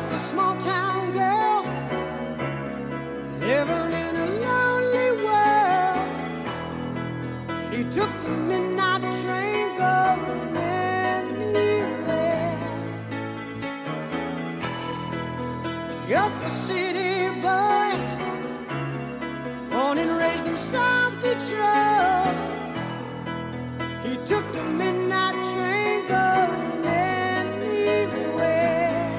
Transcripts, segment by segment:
just a small town girl living in a lonely world. She took the midnight train going anywhere. Just a city boy, born and raised in South Detroit. He took the midnight train going anywhere.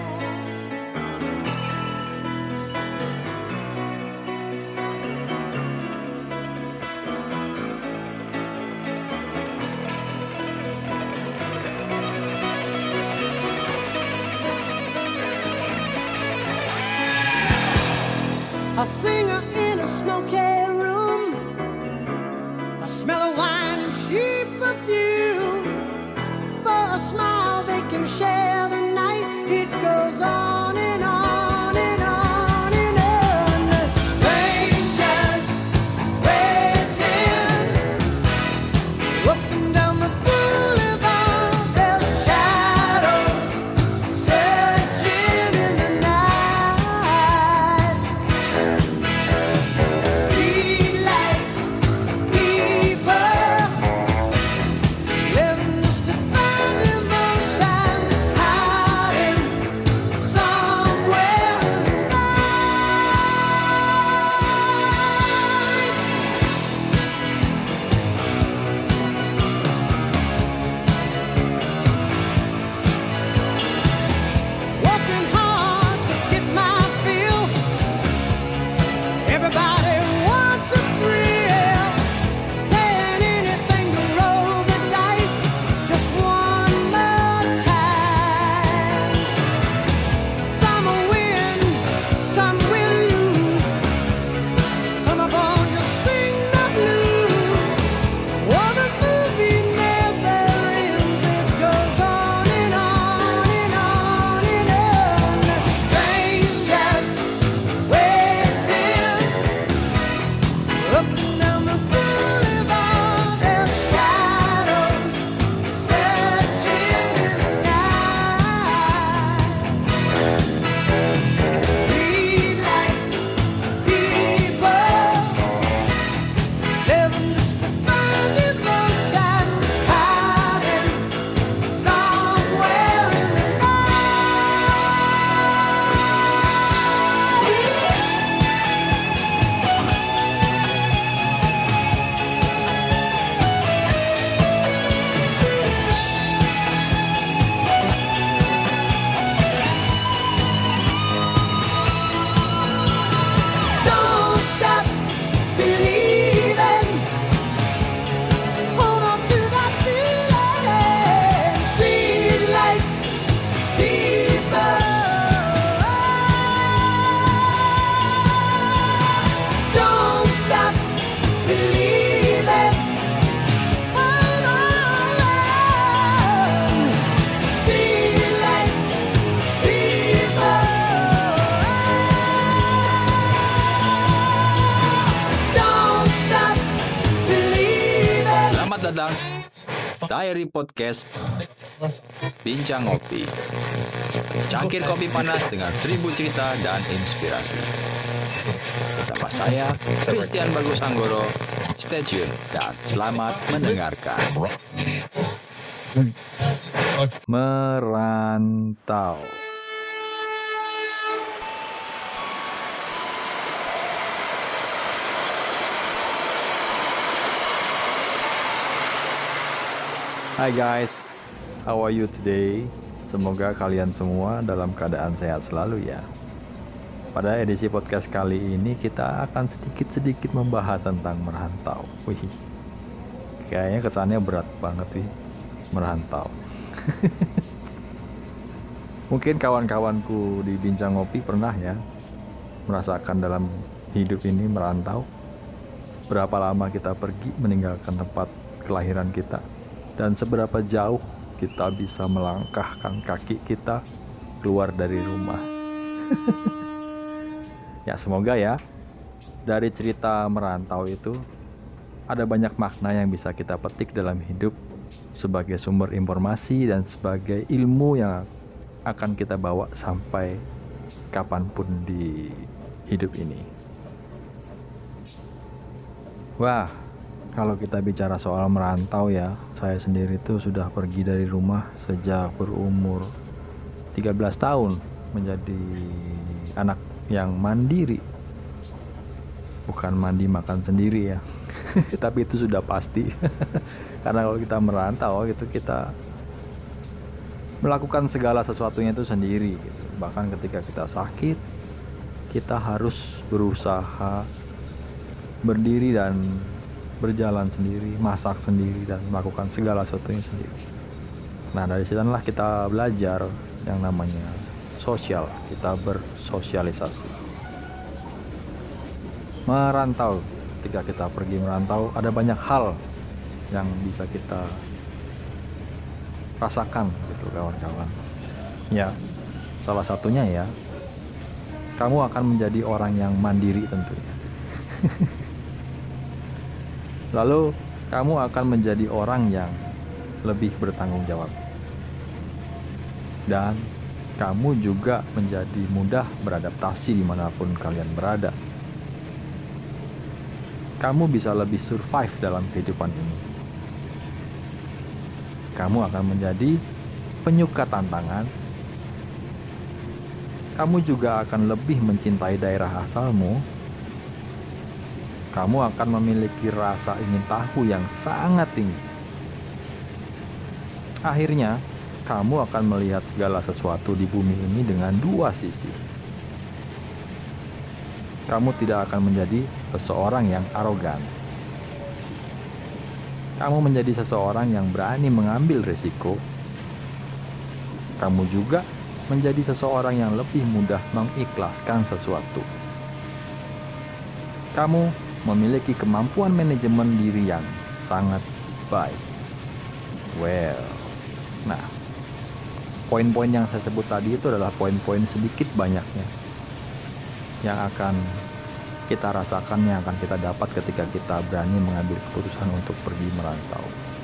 A singer in a smoky room, the smell of wine and cheap perfume. For a smile they can share the night. It goes on and on and on and on. Strangers waiting up and down the boulevard. Their shadows searching in the night. Streetlights, people living just to find emotion, hiding somewhere in the night. Working hard to get my fill. Everybody wants a thrill, paying anything to roll the dice just one more time. Some will win, some will lose. Some are born to sing the blues. Oh, the movie never ends. It goes on and on and on and on. Strangers waiting up and down the boulevard. Their shadows searching in the night. Streetlights, people living just to find emotion, hiding somewhere in the Don't stop believing. Hold on to that feeling. Streetlight people. Don't stop believing. Hold on. Streetlight people. Don't stop believing. Selamat datang Diary Podcast Bincang Ngopi. Cangkir kopi panas dengan 1000 cerita dan inspirasi. Bersama saya, Christian Bagus Anggoro. Stay tune dan selamat mendengarkan. Merantau. Hai guys, how are you today? Semoga kalian semua dalam keadaan sehat selalu ya. Pada edisi podcast kali ini kita akan sedikit-sedikit membahas tentang merantau. Wih, kayaknya kesannya berat banget sih, merantau. Mungkin kawan-kawanku di Bincang Ngopi pernah ya merasakan dalam hidup ini merantau. Berapa lama kita pergi meninggalkan tempat kelahiran kita, dan seberapa jauh kita bisa melangkahkan kaki kita keluar dari rumah. Ya semoga ya dari cerita merantau itu ada banyak makna yang bisa kita petik dalam hidup sebagai sumber informasi dan sebagai ilmu yang akan kita bawa sampai kapanpun di hidup ini. Wah, kalau kita bicara soal merantau ya, saya sendiri tuh sudah pergi dari rumah sejak berumur 13 tahun, menjadi anak yang mandiri. Bukan mandi makan sendiri ya. Tapi itu sudah pasti. Karena kalau kita merantau gitu, kita melakukan segala sesuatunya itu sendiri gitu. Bahkan ketika kita sakit, kita harus berusaha berdiri dan berjalan sendiri, masak sendiri, dan melakukan segala sesuatunya sendiri. Nah, dari sanalah kita belajar yang namanya sosial, kita bersosialisasi. Merantau, ketika kita pergi merantau, ada banyak hal yang bisa kita rasakan gitu kawan-kawan. Ya, salah satunya ya, kamu akan menjadi orang yang mandiri tentunya. Lalu kamu akan menjadi orang yang lebih bertanggung jawab. Dan kamu juga menjadi mudah beradaptasi dimanapun kalian berada. Kamu bisa lebih survive dalam kehidupan ini. Kamu akan menjadi penyuka tantangan. Kamu juga akan lebih mencintai daerah asalmu. Kamu akan memiliki rasa ingin tahu yang sangat tinggi. Akhirnya, kamu akan melihat segala sesuatu di bumi ini dengan dua sisi. Kamu tidak akan menjadi seseorang yang arogan. Kamu menjadi seseorang yang berani mengambil risiko. Kamu juga menjadi seseorang yang lebih mudah mengikhlaskan sesuatu. Kamu memiliki kemampuan manajemen diri yang sangat baik. Nah, poin-poin yang saya sebut tadi itu adalah poin-poin sedikit banyaknya yang akan kita rasakan, yang akan kita dapat ketika kita berani mengambil keputusan untuk pergi merantau.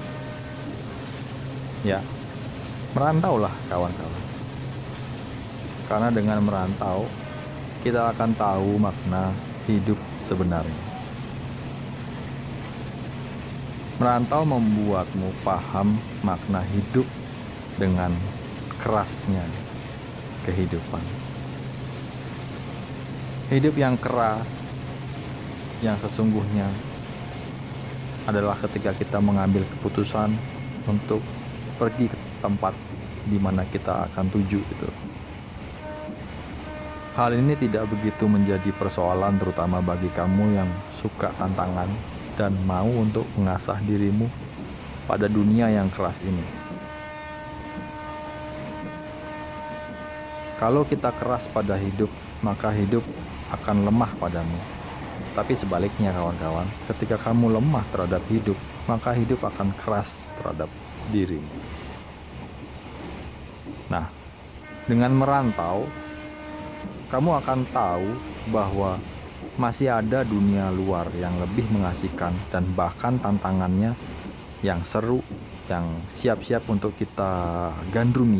Ya, merantaulah kawan-kawan. Karena dengan merantau, kita akan tahu makna hidup sebenarnya. Merantau membuatmu paham makna hidup dengan kerasnya kehidupan. Hidup yang keras, yang sesungguhnya adalah ketika kita mengambil keputusan untuk pergi ke tempat di mana kita akan tuju gitu. Hal ini tidak begitu menjadi persoalan, terutama bagi kamu yang suka tantangan dan mau untuk mengasah dirimu pada dunia yang keras ini. Kalau kita keras pada hidup, maka hidup akan lemah padamu. Tapi sebaliknya kawan-kawan, ketika kamu lemah terhadap hidup, maka hidup akan keras terhadap dirimu. Nah, dengan merantau, kamu akan tahu bahwa masih ada dunia luar yang lebih mengasihkan dan bahkan tantangannya yang seru, yang siap-siap untuk kita gandrungi.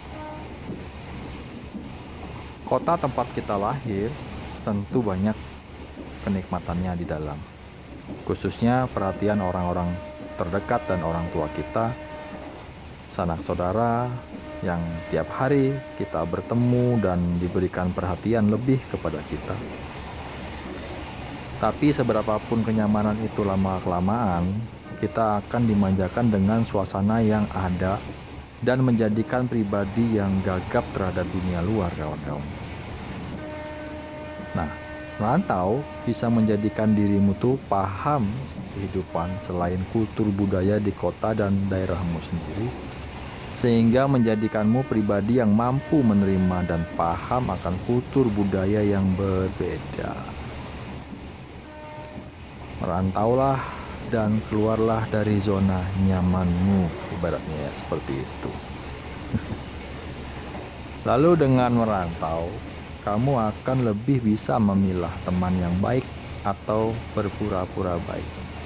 Kota tempat kita lahir tentu banyak kenikmatannya di dalam. Khususnya perhatian orang-orang terdekat dan orang tua kita, sanak saudara yang tiap hari kita bertemu dan diberikan perhatian lebih kepada kita. Tapi seberapapun kenyamanan itu lama-kelamaan, kita akan dimanjakan dengan suasana yang ada dan menjadikan pribadi yang gagap terhadap dunia luar, kawan-kawan. Nah, merantau bisa menjadikan dirimu tuh paham kehidupan selain kultur budaya di kota dan daerahmu sendiri, sehingga menjadikanmu pribadi yang mampu menerima dan paham akan kultur budaya yang berbeda. Merantaulah dan keluarlah dari zona nyamanmu, ibaratnya ya seperti itu. Lalu dengan merantau, kamu akan lebih bisa memilah teman yang baik atau berpura-pura baik.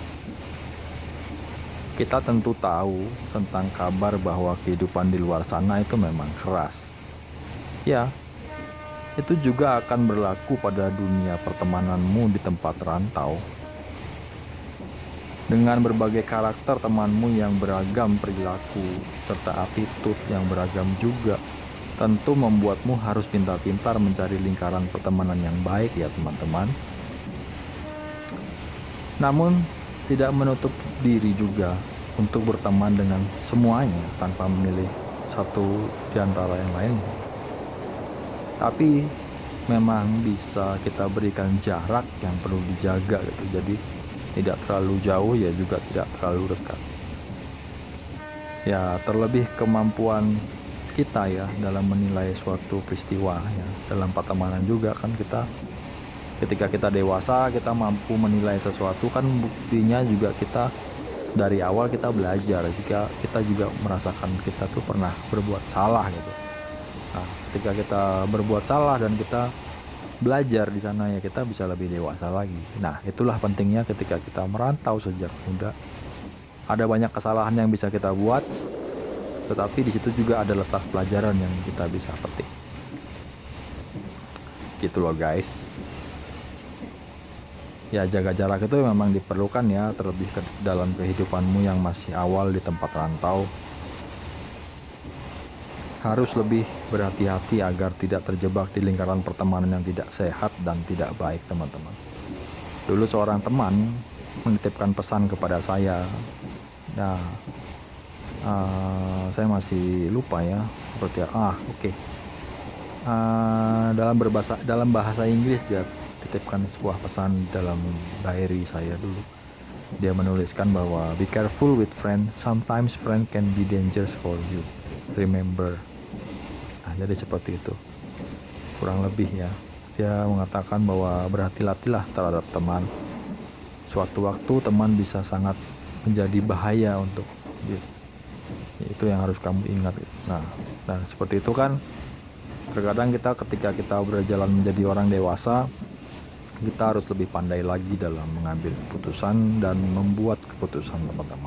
Kita tentu tahu tentang kabar bahwa kehidupan di luar sana itu memang keras. Ya, itu juga akan berlaku pada dunia pertemananmu di tempat rantau. Dengan berbagai karakter temanmu yang beragam perilaku serta attitude yang beragam juga, tentu membuatmu harus pintar-pintar mencari lingkaran pertemanan yang baik ya teman-teman. Namun tidak menutup diri juga untuk berteman dengan semuanya tanpa memilih satu di antara yang lain. Tapi memang bisa kita berikan jarak yang perlu dijaga gitu. Jadi tidak terlalu jauh ya juga tidak terlalu dekat. Ya, terlebih kemampuan kita ya dalam menilai suatu peristiwa ya. Dalam pertemanan juga kan ketika kita dewasa kita mampu menilai sesuatu, kan buktinya juga kita dari awal kita belajar jika kita juga merasakan kita tuh pernah berbuat salah gitu. Nah, ketika kita berbuat salah dan kita belajar di sana ya kita bisa lebih dewasa lagi. Nah, itulah pentingnya ketika kita merantau sejak muda. Ada banyak kesalahan yang bisa kita buat, tetapi di situ juga ada letak pelajaran yang kita bisa petik. Gitu loh guys. Ya, jaga jarak itu memang diperlukan ya, terlebih dalam kehidupanmu yang masih awal di tempat rantau. Harus lebih berhati-hati agar tidak terjebak di lingkaran pertemanan yang tidak sehat dan tidak baik teman-teman. Dulu seorang teman menitipkan pesan kepada saya. Nah, saya masih lupa ya seperti oke. Dalam bahasa Inggris dia titipkan sebuah pesan dalam diary saya dulu. Dia menuliskan bahwa be careful with friend, sometimes friend can be dangerous for you. Remember. Nah, jadi seperti itu. Kurang lebih ya. Dia mengatakan bahwa berhati-hatilah terhadap teman. Suatu waktu teman bisa sangat menjadi bahaya untuk itu yang harus kamu ingat. Nah, seperti itu kan. Terkadang ketika kita berjalan menjadi orang dewasa, kita harus lebih pandai lagi dalam mengambil keputusan dan membuat keputusan teman-teman.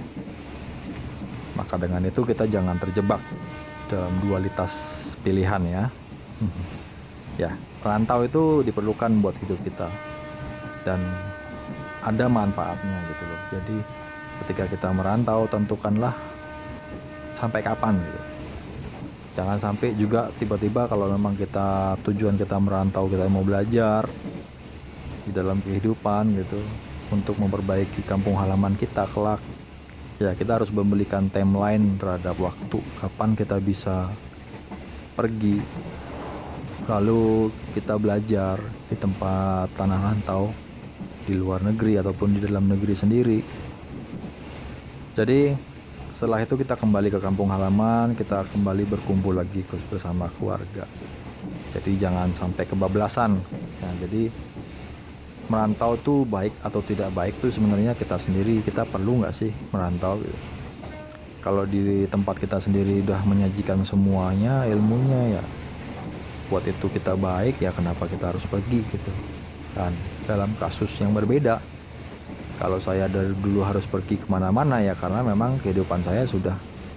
Maka dengan itu kita jangan terjebak dalam dualitas pilihan ya. Ya, rantau itu diperlukan buat hidup kita dan ada manfaatnya gitu loh. Jadi ketika kita merantau tentukanlah sampai kapan gitu. Jangan sampai juga tiba-tiba kalau memang tujuan kita merantau, kita mau belajar di dalam kehidupan gitu untuk memperbaiki kampung halaman kita kelak. Ya, kita harus memberikan timeline terhadap waktu kapan kita bisa pergi. Lalu kita belajar di tempat tanah rantau di luar negeri ataupun di dalam negeri sendiri. Jadi setelah itu kita kembali ke kampung halaman, kita kembali berkumpul lagi bersama keluarga. Jadi jangan sampai kebablasan. Nah, jadi merantau tuh baik atau tidak baik tuh sebenarnya kita sendiri, kita perlu nggak sih merantau gitu. Kalau di tempat kita sendiri udah menyajikan semuanya ilmunya ya, buat itu kita baik ya kenapa kita harus pergi gitu. Dan dalam kasus yang berbeda, kalau saya dari dulu harus pergi kemana-mana ya karena memang kehidupan saya sudah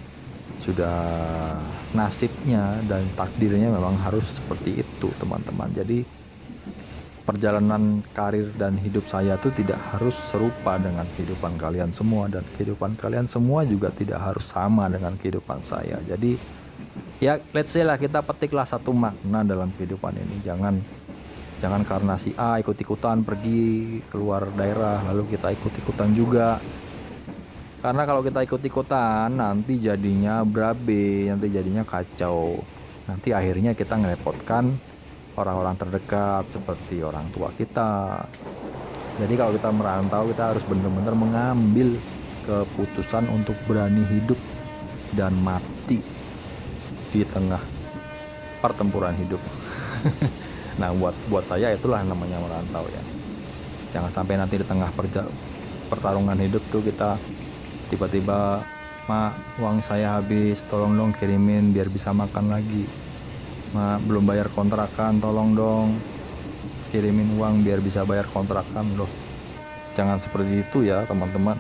nasibnya dan takdirnya memang harus seperti itu teman-teman. Jadi perjalanan karir dan hidup saya tuh tidak harus serupa dengan kehidupan kalian semua, dan kehidupan kalian semua juga tidak harus sama dengan kehidupan saya. Jadi ya let's say lah kita petiklah satu makna dalam kehidupan ini. Jangan karena si A ikut-ikutan pergi keluar daerah lalu kita ikut-ikutan juga. Karena kalau kita ikut-ikutan nanti jadinya berabe, nanti jadinya kacau. Nanti akhirnya kita ngerepotkan orang-orang terdekat seperti orang tua kita. Jadi kalau kita merantau kita harus benar-benar mengambil keputusan untuk berani hidup dan mati di tengah pertempuran hidup. Nah, buat saya itulah namanya merantau ya. Jangan sampai nanti di tengah pertarungan hidup tuh kita tiba-tiba, "Mak, uang saya habis, tolong dong kirimin biar bisa makan lagi. Mak, belum bayar kontrakan, tolong dong kirimin uang biar bisa bayar kontrakan." Loh, jangan seperti itu ya teman-teman.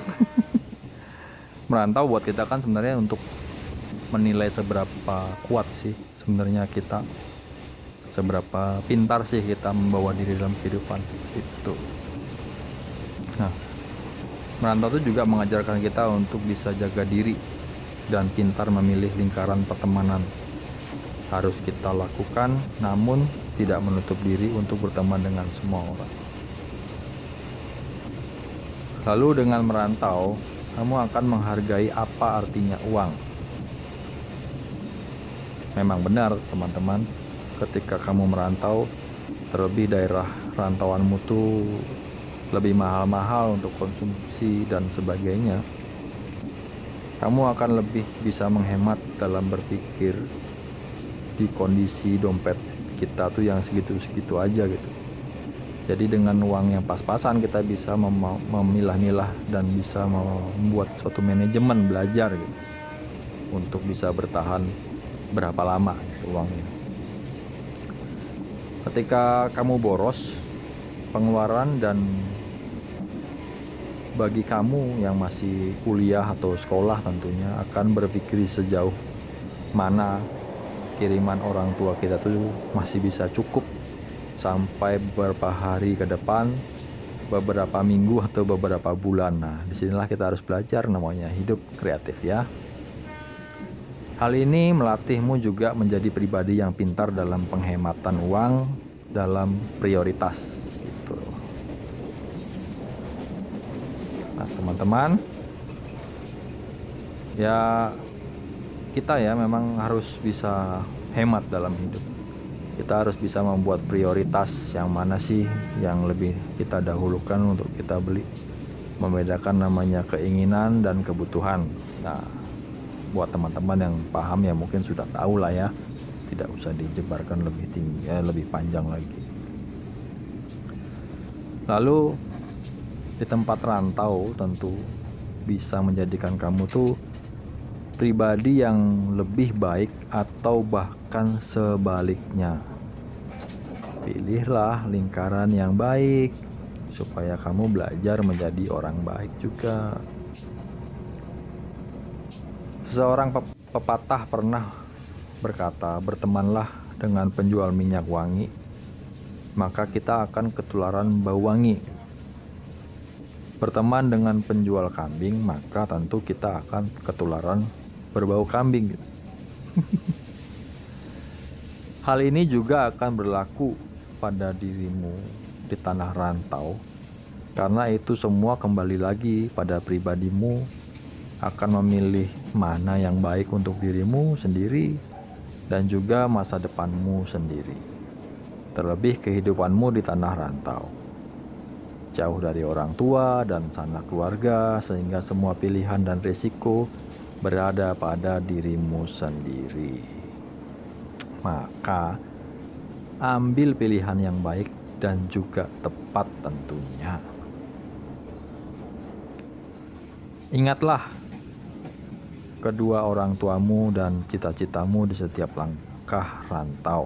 Merantau buat kita kan sebenarnya untuk menilai seberapa kuat sih sebenarnya kita seberapa pintar sih kita membawa diri dalam kehidupan itu. Nah, merantau itu juga mengajarkan kita untuk bisa jaga diri dan pintar memilih lingkaran pertemanan. Harus kita lakukan, namun tidak menutup diri untuk berteman dengan semua orang. Lalu dengan merantau, kamu akan menghargai apa artinya uang. Memang benar teman-teman, ketika kamu merantau, terlebih daerah rantauanmu tuh lebih mahal-mahal untuk konsumsi dan sebagainya, kamu akan lebih bisa menghemat dalam berpikir di kondisi dompet kita tuh yang segitu-segitu aja gitu. Jadi dengan uang yang pas-pasan kita bisa memilah-milah dan bisa membuat suatu manajemen belajar gitu, untuk bisa bertahan berapa lama gitu uangnya. Ketika kamu boros, pengeluaran dan bagi kamu yang masih kuliah atau sekolah tentunya akan berpikir sejauh mana kiriman orang tua kita tuh masih bisa cukup sampai beberapa hari ke depan, beberapa minggu atau beberapa bulan. Nah, disinilah kita harus belajar namanya hidup kreatif ya. Hal ini melatihmu juga menjadi pribadi yang pintar dalam penghematan uang, dalam prioritas gitu. Nah, teman-teman, ya kita ya memang harus bisa hemat dalam hidup. Kita harus bisa membuat prioritas yang mana sih yang lebih kita dahulukan untuk kita beli. Membedakan namanya keinginan dan kebutuhan. Nah, buat teman-teman yang paham ya mungkin sudah tahu lah ya. Tidak usah dijebarkan lebih tinggi, lebih panjang lagi. Lalu di tempat rantau tentu bisa menjadikan kamu tuh pribadi yang lebih baik atau bahkan sebaliknya. Pilihlah lingkaran yang baik supaya kamu belajar menjadi orang baik juga. Seseorang pepatah pernah berkata, bertemanlah dengan penjual minyak wangi, maka kita akan ketularan bau wangi. Berteman dengan penjual kambing, maka tentu kita akan ketularan berbau kambing. Hal ini juga akan berlaku pada dirimu di tanah rantau, karena itu semua kembali lagi pada pribadimu akan memilih mana yang baik untuk dirimu sendiri dan juga masa depanmu sendiri. Terlebih kehidupanmu di tanah rantau, jauh dari orang tua dan sanak keluarga, sehingga semua pilihan dan risiko berada pada dirimu sendiri. Maka ambil pilihan yang baik dan juga tepat tentunya. Ingatlah kedua orang tuamu dan cita-citamu di setiap langkah rantau.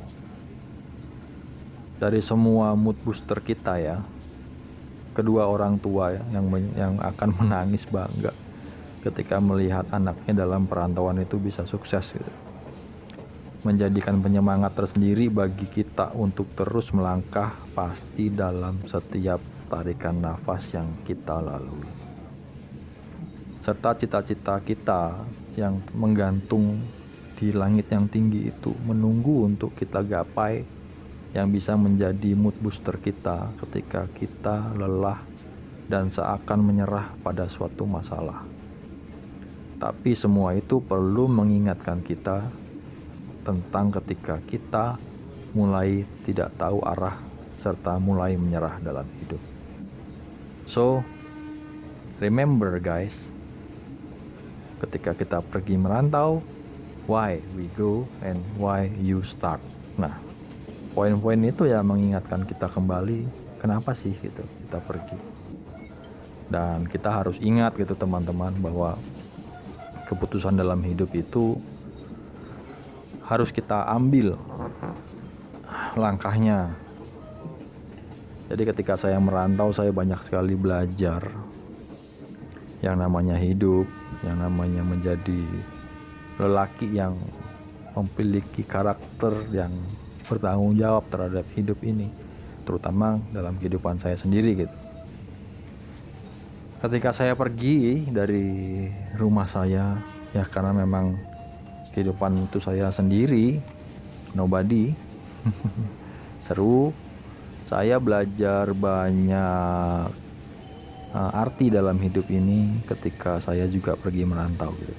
Dari semua mood booster kita ya, kedua orang tua ya, yang akan menangis bangga ketika melihat anaknya dalam perantauan itu bisa sukses gitu. Menjadikan penyemangat tersendiri bagi kita untuk terus melangkah pasti dalam setiap tarikan nafas yang kita lalui. Serta cita-cita kita yang menggantung di langit yang tinggi itu menunggu untuk kita gapai, yang bisa menjadi mood booster kita ketika kita lelah dan seakan menyerah pada suatu masalah. Tapi semua itu perlu mengingatkan kita tentang ketika kita mulai tidak tahu arah serta mulai menyerah dalam hidup. So, remember guys, ketika kita pergi merantau, why we go and why you start. Nah, poin-poin itu ya mengingatkan kita kembali kenapa sih gitu kita pergi. Dan kita harus ingat gitu teman-teman bahwa keputusan dalam hidup itu harus kita ambil langkahnya. Jadi ketika saya merantau, saya banyak sekali belajar yang namanya hidup, yang namanya menjadi lelaki yang memiliki karakter yang bertanggung jawab terhadap hidup ini, terutama dalam kehidupan saya sendiri gitu. Ketika saya pergi dari rumah saya, ya karena memang kehidupan itu saya sendiri, nobody, seru. Saya belajar banyak arti dalam hidup ini ketika saya juga pergi merantau gitu.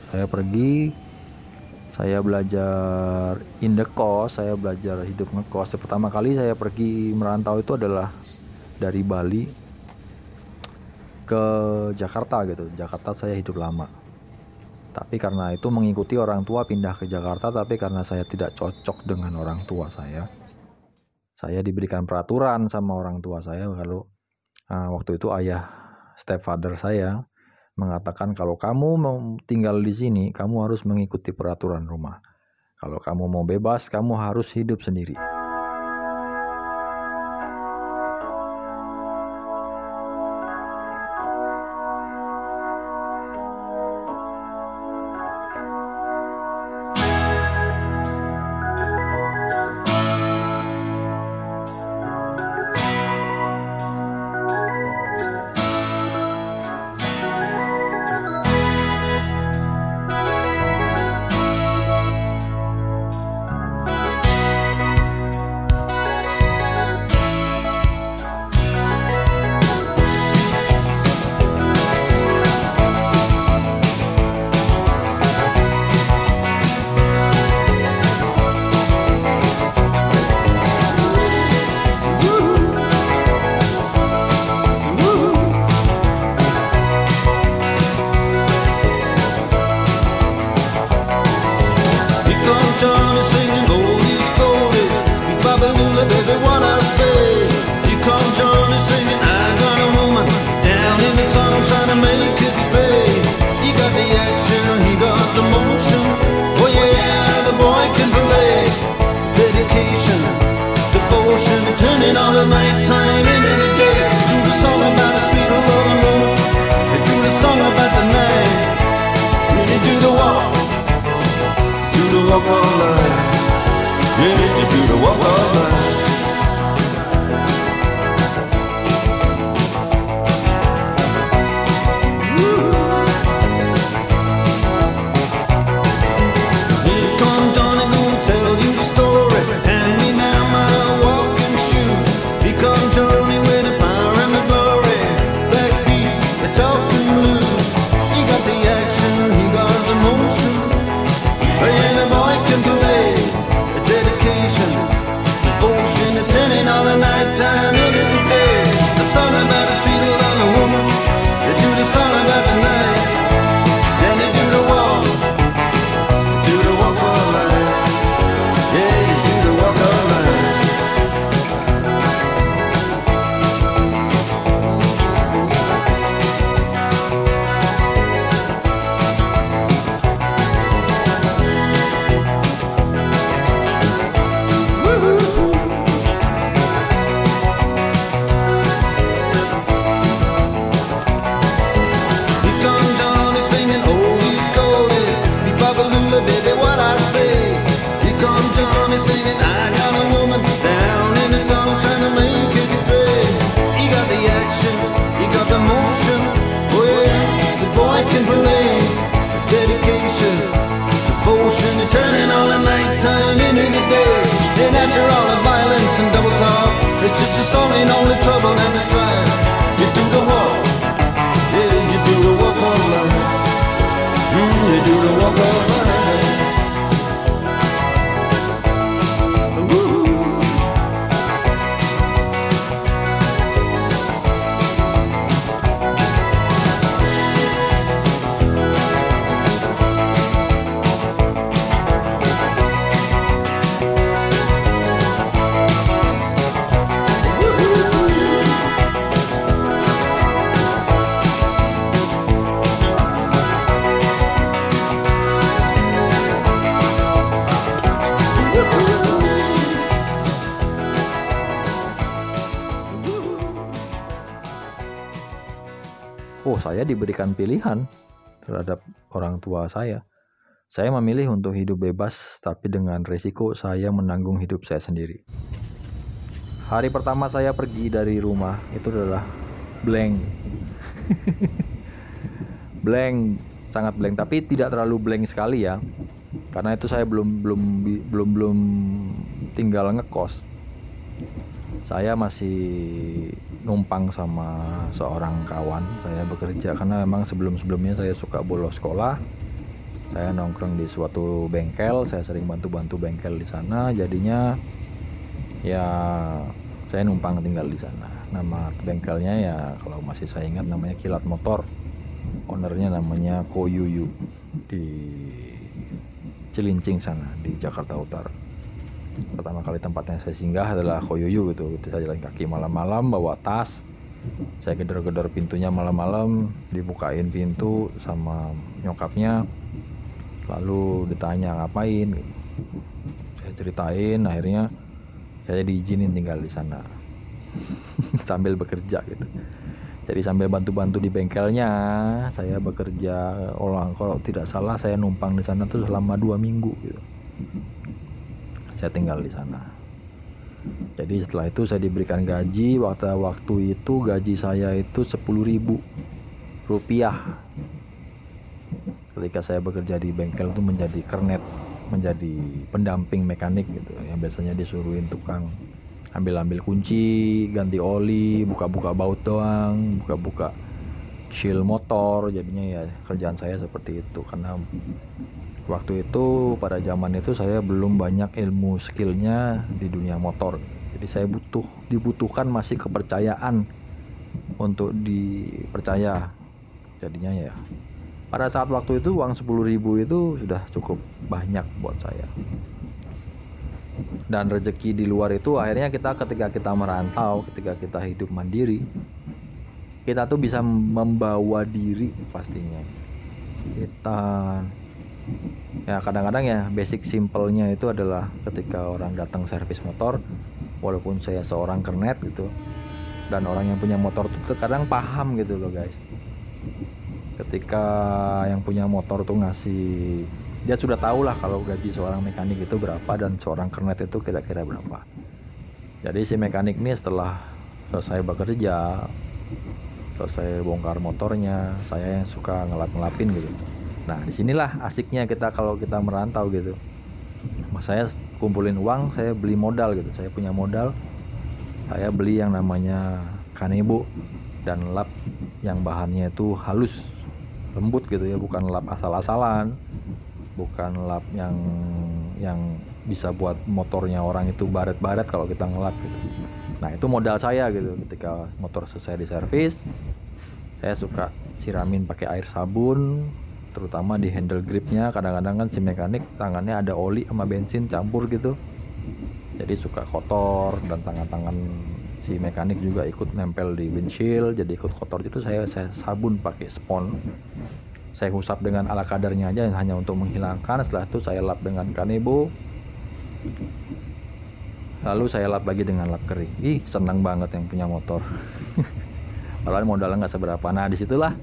Saya belajar in the cost, saya belajar hidup ngekos. Pertama kali saya pergi merantau itu adalah dari Bali ke Jakarta gitu. Jakarta saya hidup lama. Tapi karena itu mengikuti orang tua pindah ke Jakarta, tapi karena saya tidak cocok dengan orang tua saya diberikan peraturan sama orang tua saya. Kalau waktu itu ayah stepfather saya mengatakan kalau kamu mau tinggal di sini, kamu harus mengikuti peraturan rumah. Kalau kamu mau bebas, kamu harus hidup sendiri. Saya diberikan pilihan terhadap orang tua saya. Saya memilih untuk hidup bebas, tapi dengan resiko saya menanggung hidup saya sendiri. Hari pertama saya pergi dari rumah itu adalah blank. Blank, sangat blank, tapi tidak terlalu blank sekali ya. Karena itu saya belum tinggal ngekos. Saya masih numpang sama seorang kawan. Saya bekerja karena memang sebelumnya saya suka bolos sekolah. Saya nongkrong di suatu bengkel, saya sering bantu-bantu bengkel di sana. Jadinya ya saya numpang tinggal di sana. Nama bengkelnya ya kalau masih saya ingat namanya Kilat Motor. Ownernya namanya Koyuyu di Cilincing sana di Jakarta Utara. Pertama kali tempatnya saya singgah adalah Koyuyu gitu. Saya jalan kaki malam-malam bawa tas. Saya gedor-gedor pintunya malam-malam, dibukain pintu sama nyokapnya. Lalu ditanya ngapain. Saya ceritain, akhirnya saya diizinin tinggal di sana. Sambil bekerja gitu. Jadi sambil bantu-bantu di bengkelnya, saya bekerja. Kalau tidak salah saya numpang di sana tuh selama 2 minggu gitu. Saya tinggal di sana. Jadi setelah itu saya diberikan gaji. Waktu itu gaji saya itu 10.000 rupiah. Ketika saya bekerja di bengkel itu menjadi kernet, menjadi pendamping mekanik gitu. Yang biasanya disuruhin tukang ambil kunci, ganti oli, buka-buka baut doang, buka-buka seal motor. Jadinya ya kerjaan saya seperti itu. Karena waktu itu pada zaman itu saya belum banyak ilmu skillnya di dunia motor. Jadi saya dibutuhkan masih kepercayaan untuk dipercaya. Jadinya ya pada saat waktu itu uang 10.000 itu sudah cukup banyak buat saya. Dan rezeki di luar itu akhirnya ketika kita merantau, ketika kita hidup mandiri, kita tuh bisa membawa diri pastinya. Kita ya kadang-kadang ya basic simpelnya itu adalah ketika orang datang servis motor, walaupun saya seorang kernet gitu, dan orang yang punya motor tuh kadang paham gitu loh guys. Ketika yang punya motor tuh ngasih, dia sudah tahu lah kalau gaji seorang mekanik itu berapa dan seorang kernet itu kira-kira berapa. Jadi si mekanik ini setelah selesai bekerja, selesai bongkar motornya, saya yang suka ngelap-ngelapin gitu. Nah disinilah asiknya kita kalau kita merantau gitu. Saya kumpulin uang, saya beli modal gitu. Saya punya modal, saya beli yang namanya kanebo dan lap yang bahannya itu halus, lembut gitu ya, bukan lap asal-asalan, bukan lap yang bisa buat motornya orang itu baret-baret kalau kita ngelap gitu. Nah itu modal saya gitu. Ketika motor selesai diservis, saya suka siramin pakai air sabun, terutama di handle gripnya. Kadang-kadang kan si mekanik tangannya ada oli sama bensin campur gitu, jadi suka kotor, dan tangan-tangan si mekanik juga ikut nempel di windshield, jadi ikut kotor. Itu saya sabun pakai spons. Saya usap dengan ala kadarnya aja hanya untuk menghilangkan. Setelah itu saya lap dengan kanebo, lalu saya lap lagi dengan lap kering. Senang banget yang punya motor. Padahal modalnya nggak seberapa. Nah disitulah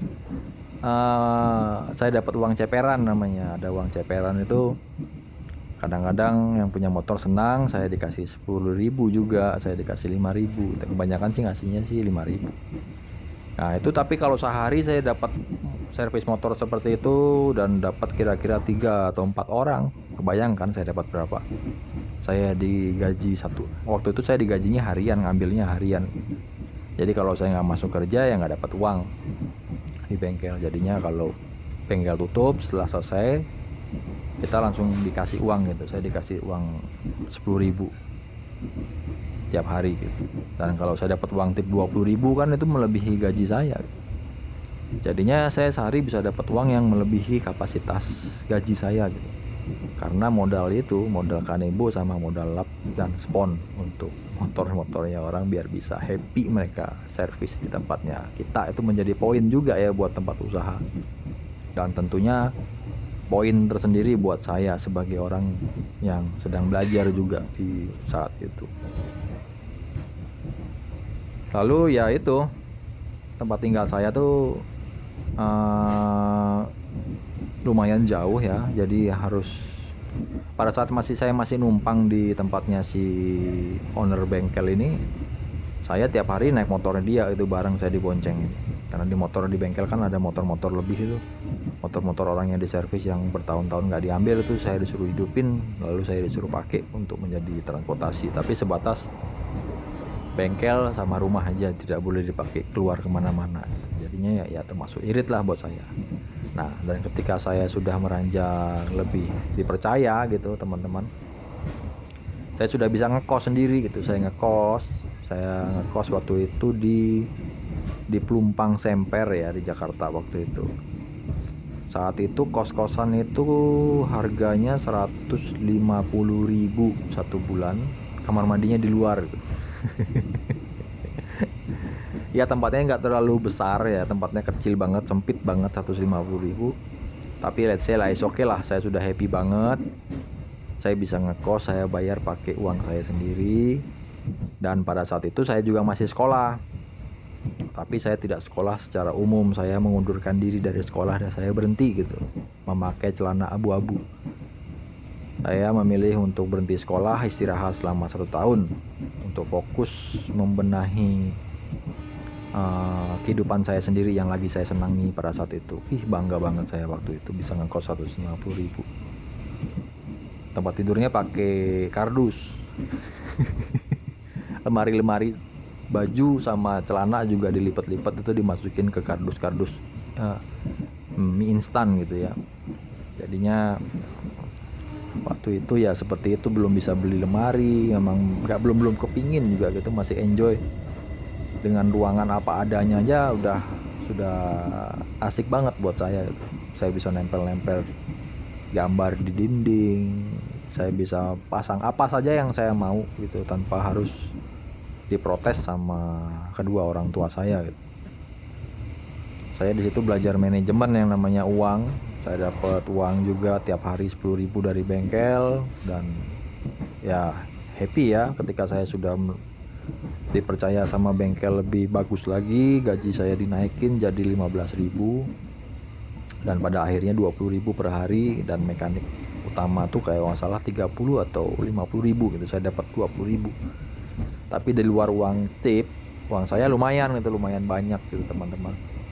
saya dapat uang ceperan namanya. Ada uang ceperan itu kadang-kadang yang punya motor senang, saya dikasih 10.000 juga, saya dikasih 5.000. Kebanyakan sih ngasihnya sih 5.000. Nah itu tapi kalau sehari saya dapat servis motor seperti itu dan dapat kira-kira 3 atau 4 orang, kebayangkan saya dapat berapa? Saya digaji waktu itu saya digajinya harian, ngambilnya harian. Jadi kalau saya nggak masuk kerja ya nggak dapat uang di bengkel. Jadinya kalau bengkel tutup setelah selesai, kita langsung dikasih uang gitu. Saya dikasih uang 10.000 tiap hari gitu. Dan kalau saya dapat uang tip 20.000 kan itu melebihi gaji saya. Jadinya saya sehari bisa dapat uang yang melebihi kapasitas gaji saya gitu. Karena modal itu, modal kanebo sama modal lap dan spon untuk motor-motornya orang biar bisa happy mereka servis di tempatnya kita. Itu menjadi poin juga ya buat tempat usaha. Dan tentunya poin tersendiri buat saya sebagai orang yang sedang belajar juga di saat itu. Lalu ya itu, tempat tinggal saya tuh lumayan jauh ya, jadi harus pada saat saya masih numpang di tempatnya si owner bengkel ini, saya tiap hari naik motornya dia itu bareng saya dibonceng. Karena di motor di bengkel kan ada motor-motor lebih itu, motor-motor orang yang diservis yang bertahun-tahun nggak diambil itu saya disuruh hidupin, lalu saya disuruh pakai untuk menjadi transportasi, tapi sebatas bengkel sama rumah aja, tidak boleh dipakai keluar kemana-mana. Jadinya ya termasuk irit lah buat saya. Nah, dan ketika saya sudah meranjak lebih dipercaya gitu teman-teman, saya sudah bisa ngekos sendiri gitu. Saya ngekos waktu itu di Pelumpang Semper ya, di Jakarta waktu itu. Saat itu kos-kosan itu harganya 150.000 satu bulan, kamar mandinya di luar gitu. Ya tempatnya nggak terlalu besar ya, tempatnya kecil banget, sempit banget, 150.000. Tapi let's say lah, is okay lah, saya sudah happy banget. Saya bisa ngekos, saya bayar pakai uang saya sendiri. Dan pada saat itu saya juga masih sekolah. Tapi saya tidak sekolah secara umum, saya mengundurkan diri dari sekolah dan saya berhenti gitu, memakai celana abu-abu. Saya memilih untuk berhenti sekolah, istirahat selama 1 tahun untuk fokus membenahi kehidupan saya sendiri yang lagi saya senangi pada saat itu. Bangga banget saya waktu itu bisa ngekos 150.000. Tempat tidurnya pakai kardus. Lemari-lemari baju sama celana juga dilipat-lipat, itu dimasukin ke kardus-kardus mie instan gitu ya. Jadinya waktu itu ya seperti itu, belum bisa beli lemari, memang belum kepingin juga gitu, masih enjoy dengan ruangan apa adanya aja sudah asik banget buat saya gitu. Saya bisa nempel-nempel gambar di dinding, saya bisa pasang apa saja yang saya mau gitu tanpa harus diprotes sama kedua orang tua saya gitu. Saya di situ belajar manajemen yang namanya uang. Saya dapat uang juga tiap hari 10.000 dari bengkel, dan ya happy ya ketika saya sudah dipercaya sama bengkel lebih bagus lagi, gaji saya dinaikin jadi 15.000 dan pada akhirnya 20.000 per hari, dan mekanik utama tuh kayak nggak salah 30 atau 50.000 gitu, saya dapat 20.000. Tapi di luar uang tip, uang saya lumayan banyak gitu teman-teman.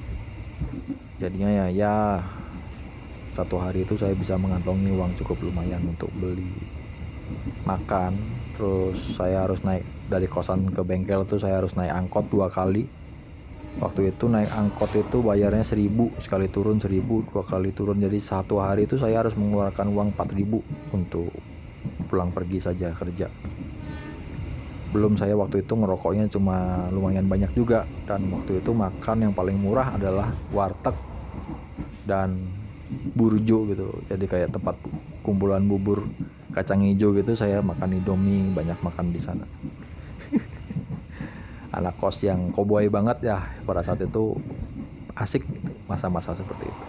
Jadinya ya satu hari itu saya bisa mengantongi uang cukup lumayan untuk beli makan. Terus saya harus naik dari kosan ke bengkel tuh, saya harus naik angkot 2 kali. Waktu itu naik angkot itu bayarnya 1.000 sekali turun, 1.000 2 kali turun. Jadi satu hari itu saya harus mengeluarkan uang 4.000 untuk pulang pergi saja kerja. Belum saya waktu itu ngerokoknya cuma lumayan banyak juga, dan waktu itu makan yang paling murah adalah warteg dan burjo gitu. Jadi kayak tempat kumpulan bubur kacang hijau gitu, saya makan Indomie, banyak makan di sana. Anak kos yang koboi banget ya pada saat itu, asik gitu, masa-masa seperti itu.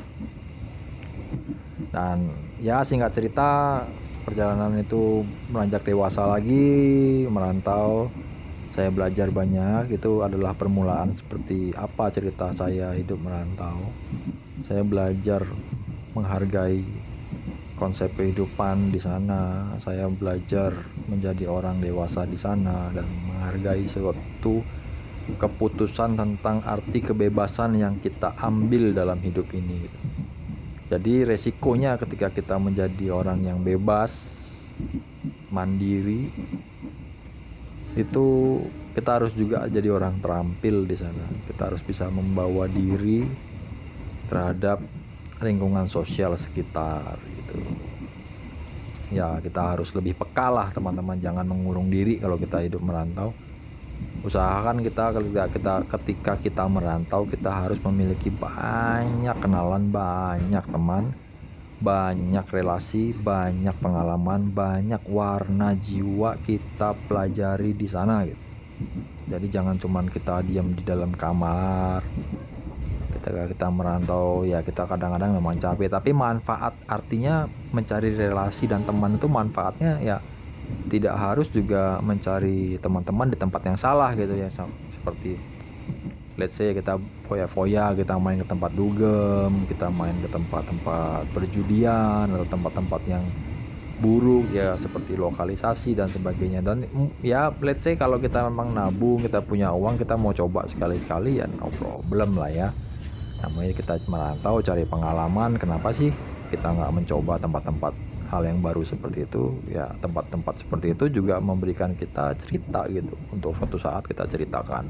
Dan ya singkat cerita, perjalanan itu meranjak dewasa lagi, merantau. Saya belajar banyak, itu adalah permulaan seperti apa cerita saya hidup merantau. Saya belajar menghargai konsep kehidupan di sana. Saya belajar menjadi orang dewasa di sana dan menghargai suatu keputusan tentang arti kebebasan yang kita ambil dalam hidup ini. Jadi resikonya ketika kita menjadi orang yang bebas, mandiri, itu kita harus juga jadi orang terampil di sana. Kita harus bisa membawa diri terhadap lingkungan sosial sekitar gitu. Ya kita harus lebih peka lah teman-teman, jangan mengurung diri kalau kita hidup merantau. Usahakan ketika kita merantau, kita harus memiliki banyak kenalan, banyak teman, banyak relasi, banyak pengalaman, banyak warna jiwa kita pelajari di sana gitu. Jadi jangan cuman kita diam di dalam kamar. Ketika kita merantau ya kita kadang-kadang memang capek, tapi manfaat, artinya mencari relasi dan teman itu manfaatnya ya tidak harus juga mencari teman-teman di tempat yang salah gitu ya. Seperti let's say kita foya-foya, kita main ke tempat dugem, kita main ke tempat-tempat perjudian atau tempat-tempat yang buruk ya, seperti lokalisasi dan sebagainya. Dan ya let's say kalau kita memang nabung, kita punya uang, kita mau coba sekali-sekali ya no problem lah ya. Namanya kita merantau cari pengalaman, kenapa sih kita nggak mencoba tempat-tempat hal yang baru seperti itu ya. Tempat-tempat seperti itu juga memberikan kita cerita gitu, untuk suatu saat kita ceritakan.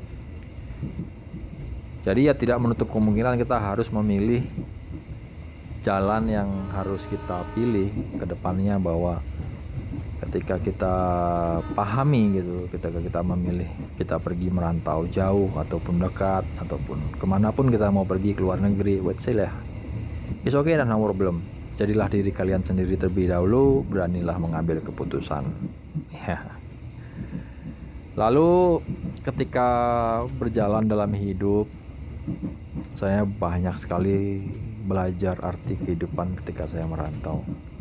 Jadi ya tidak menutup kemungkinan kita harus memilih jalan yang harus kita pilih ke depannya, bahwa ketika kita pahami gitu, ketika kita memilih kita pergi merantau jauh ataupun dekat ataupun kemanapun kita mau pergi, ke luar negeri, let's say lah, it's okay dan no problem. Jadilah diri kalian sendiri terlebih dahulu, beranilah mengambil keputusan ya. Lalu ketika berjalan dalam hidup, saya banyak sekali belajar arti kehidupan ketika saya merantau.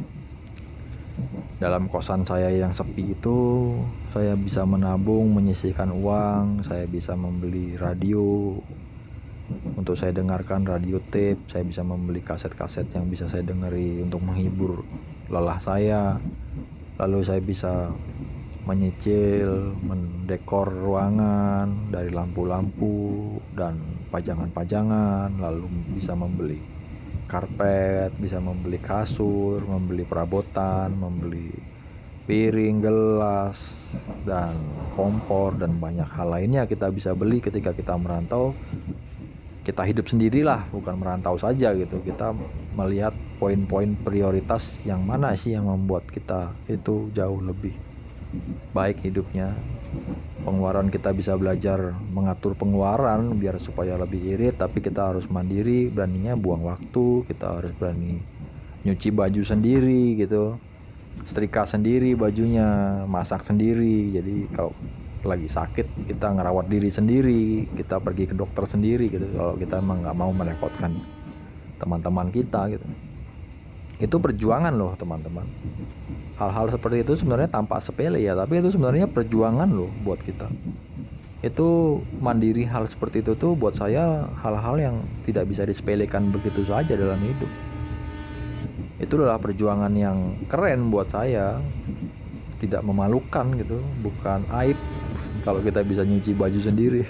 Dalam kosan saya yang sepi itu, saya bisa menabung, menyisihkan uang, saya bisa membeli radio untuk saya dengarkan, radio tape, saya bisa membeli kaset-kaset yang bisa saya dengari untuk menghibur lelah saya. Lalu saya bisa menyicil, mendekor ruangan dari lampu-lampu dan pajangan-pajangan, lalu bisa membeli karpet, bisa membeli kasur, membeli perabotan, membeli piring, gelas, dan kompor, dan banyak hal lainnya kita bisa beli ketika kita merantau. Kita hidup sendirilah, bukan merantau saja gitu. Kita melihat poin-poin prioritas yang mana sih yang membuat kita itu jauh lebih baik hidupnya. Pengeluaran kita bisa belajar mengatur pengeluaran biar supaya lebih irit, tapi kita harus mandiri, beraninya buang waktu, kita harus berani nyuci baju sendiri gitu, setrika sendiri bajunya, masak sendiri. Jadi kalau lagi sakit kita ngerawat diri sendiri, kita pergi ke dokter sendiri gitu, kalau kita emang nggak mau merepotkan teman-teman kita gitu. Itu perjuangan loh teman-teman. Hal-hal seperti itu sebenarnya tampak sepele ya, tapi itu sebenarnya perjuangan loh buat kita. Itu mandiri, hal seperti itu tuh buat saya hal-hal yang tidak bisa disepelekan begitu saja dalam hidup. Itu adalah perjuangan yang keren buat saya, tidak memalukan gitu, bukan aib kalau kita bisa nyuci baju sendiri.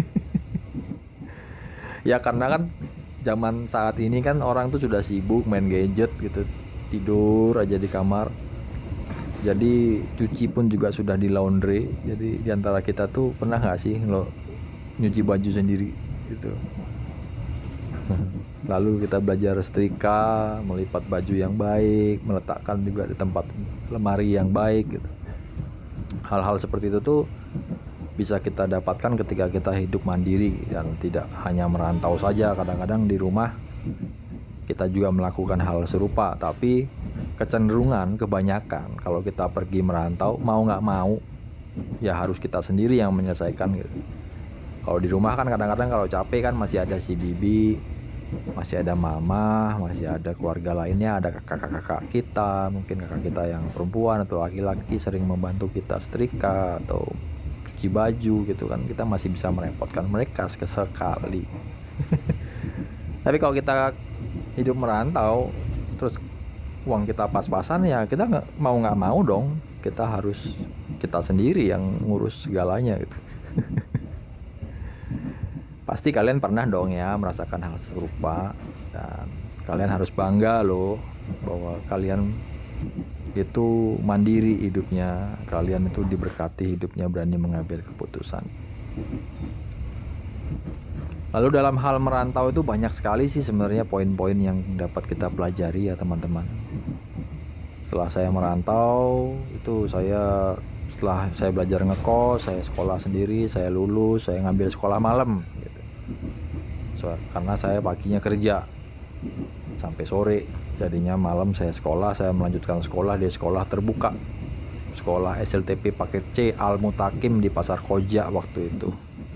Ya karena kan zaman saat ini kan orang tuh sudah sibuk main gadget gitu, tidur aja di kamar. Jadi cuci pun juga sudah di laundry. Jadi diantara kita tuh pernah nggak sih lo nyuci baju sendiri gitu? Lalu kita belajar setrika, melipat baju yang baik, meletakkan juga di tempat lemari yang baik gitu. Hal-hal seperti itu tuh bisa kita dapatkan ketika kita hidup mandiri dan tidak hanya merantau saja. Kadang-kadang di rumah kita juga melakukan hal serupa, tapi kecenderungan kebanyakan kalau kita pergi merantau, mau nggak mau ya harus kita sendiri yang menyelesaikan gitu. Kalau di rumah kan kadang-kadang kalau capek kan masih ada si bibi, masih ada mama, masih ada keluarga lainnya, ada kakak-kakak kita, mungkin kakak kita yang perempuan atau laki-laki sering membantu kita setrika atau cuci baju gitu kan, kita masih bisa merepotkan mereka sekali. Tapi kalau kita hidup merantau terus uang kita pas-pasan, ya kita nggak mau dong, kita harus kita sendiri yang ngurus segalanya gitu. Pasti kalian pernah dong ya merasakan hal serupa, dan kalian harus bangga loh bahwa kalian itu mandiri hidupnya, kalian itu diberkati hidupnya, berani mengambil keputusan. Lalu dalam hal merantau itu banyak sekali sih sebenarnya poin-poin yang dapat kita pelajari ya teman-teman. Setelah saya merantau itu setelah saya belajar ngekos, saya sekolah sendiri, saya lulus, saya ngambil sekolah malam gitu. Karena saya paginya kerja sampai sore, jadinya malam saya sekolah, saya melanjutkan sekolah di sekolah terbuka, sekolah SLTP paket C Al Mutakim di Pasar Koja waktu itu.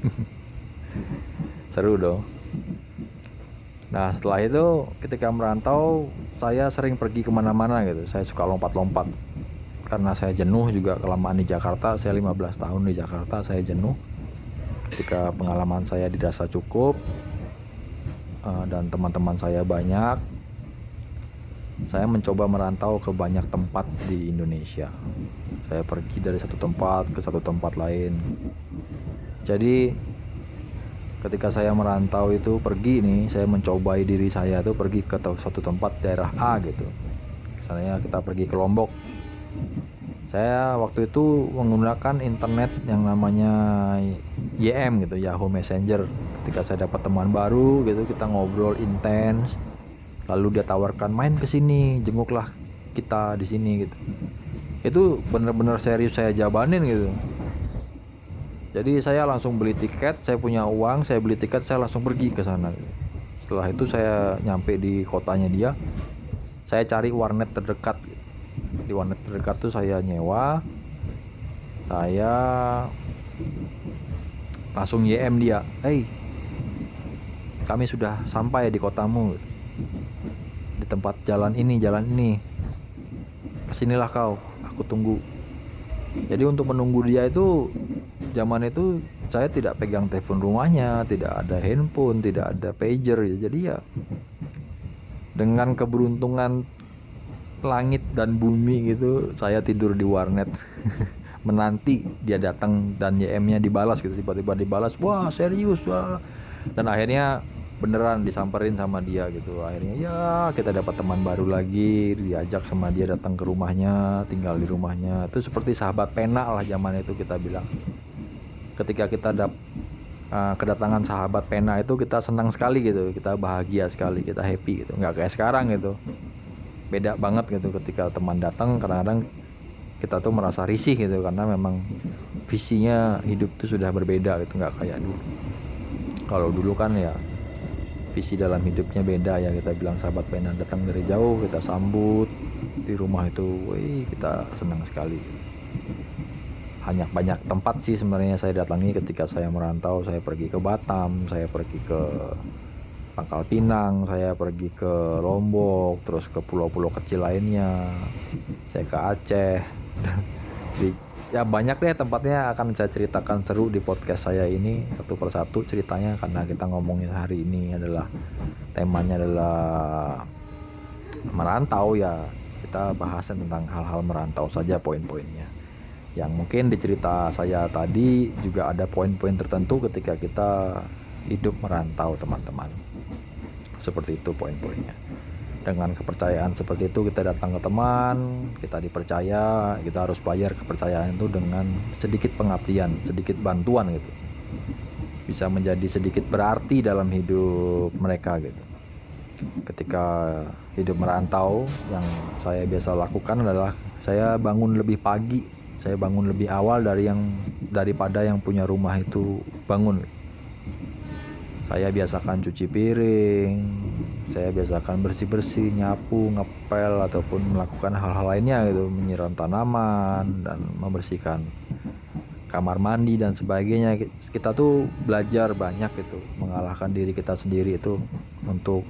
Seru dong. Nah setelah itu ketika merantau saya sering pergi kemana-mana gitu. Saya suka lompat-lompat karena saya jenuh juga kelamaan di Jakarta. Saya 15 tahun di Jakarta, saya jenuh. ketika pengalaman saya dirasa cukup dan teman-teman saya banyak, saya mencoba merantau ke banyak tempat di Indonesia. Saya pergi dari satu tempat ke satu tempat lain. Jadi ketika saya merantau itu pergi nih, saya mencobai diri saya tuh pergi ke satu tempat daerah A gitu. Misalnya kita pergi ke Lombok. Saya waktu itu menggunakan internet yang namanya YM gitu, Yahoo Messenger. Ketika saya dapat teman baru gitu, kita ngobrol intens. Lalu dia tawarkan main ke sini, jenguklah kita di sini gitu. Itu benar-benar serius saya jabanin gitu. Jadi saya langsung beli tiket, saya punya uang, saya beli tiket, saya langsung pergi ke sana. Setelah itu saya nyampe di kotanya dia, saya cari warnet terdekat. Di warnet terdekat tuh saya nyewa, saya langsung YM dia, "Hey, kami sudah sampai di kotamu, di tempat jalan ini, kesinilah kau, aku tunggu." Jadi untuk menunggu dia itu, zaman itu saya tidak pegang telepon rumahnya, tidak ada handphone, tidak ada pager ya. Jadi ya dengan keberuntungan langit dan bumi gitu, saya tidur di warnet menanti dia datang dan YM-nya dibalas gitu, tiba-tiba dibalas, wah serius, wah. Dan akhirnya beneran disamperin sama dia gitu. Akhirnya ya kita dapat teman baru lagi, diajak sama dia datang ke rumahnya, tinggal di rumahnya. Itu seperti sahabat pena lah zaman itu kita bilang. Ketika kita kedatangan sahabat pena itu kita senang sekali gitu, kita bahagia sekali, kita happy gitu. Nggak kayak sekarang gitu, beda banget gitu. Ketika teman datang kadang-kadang kita tuh merasa risih gitu, karena memang visinya hidup tuh sudah berbeda gitu, nggak kayak dulu. Kalau dulu kan ya visi dalam hidupnya beda ya. Kita bilang sahabat pena datang dari jauh, kita sambut di rumah itu, wih kita senang sekali. Hanya banyak tempat sih sebenarnya saya datangi ketika saya merantau. Saya pergi ke Batam, saya pergi ke Pangkal Pinang, saya pergi ke Lombok, terus ke pulau-pulau kecil lainnya, saya ke Aceh. Ya banyak deh tempatnya, akan saya ceritakan seru di podcast saya ini satu persatu ceritanya, karena kita ngomongnya hari ini adalah temanya adalah merantau ya. Kita bahas tentang hal-hal merantau saja poin-poinnya. Yang mungkin di cerita saya tadi juga ada poin-poin tertentu ketika kita hidup merantau, teman-teman. Seperti itu poin-poinnya. Dengan kepercayaan seperti itu kita datang ke teman, kita dipercaya, kita harus bayar kepercayaan itu dengan sedikit pengabdian, sedikit bantuan gitu. Bisa menjadi sedikit berarti dalam hidup mereka gitu. Ketika hidup merantau, yang saya biasa lakukan adalah saya bangun lebih pagi, saya bangun lebih awal daripada yang punya rumah itu bangun. Saya biasakan cuci piring, saya biasakan bersih-bersih, nyapu, ngepel, ataupun melakukan hal-hal lainnya gitu, menyiram tanaman dan membersihkan kamar mandi dan sebagainya. Kita tuh belajar banyak gitu, mengalahkan diri kita sendiri itu untuk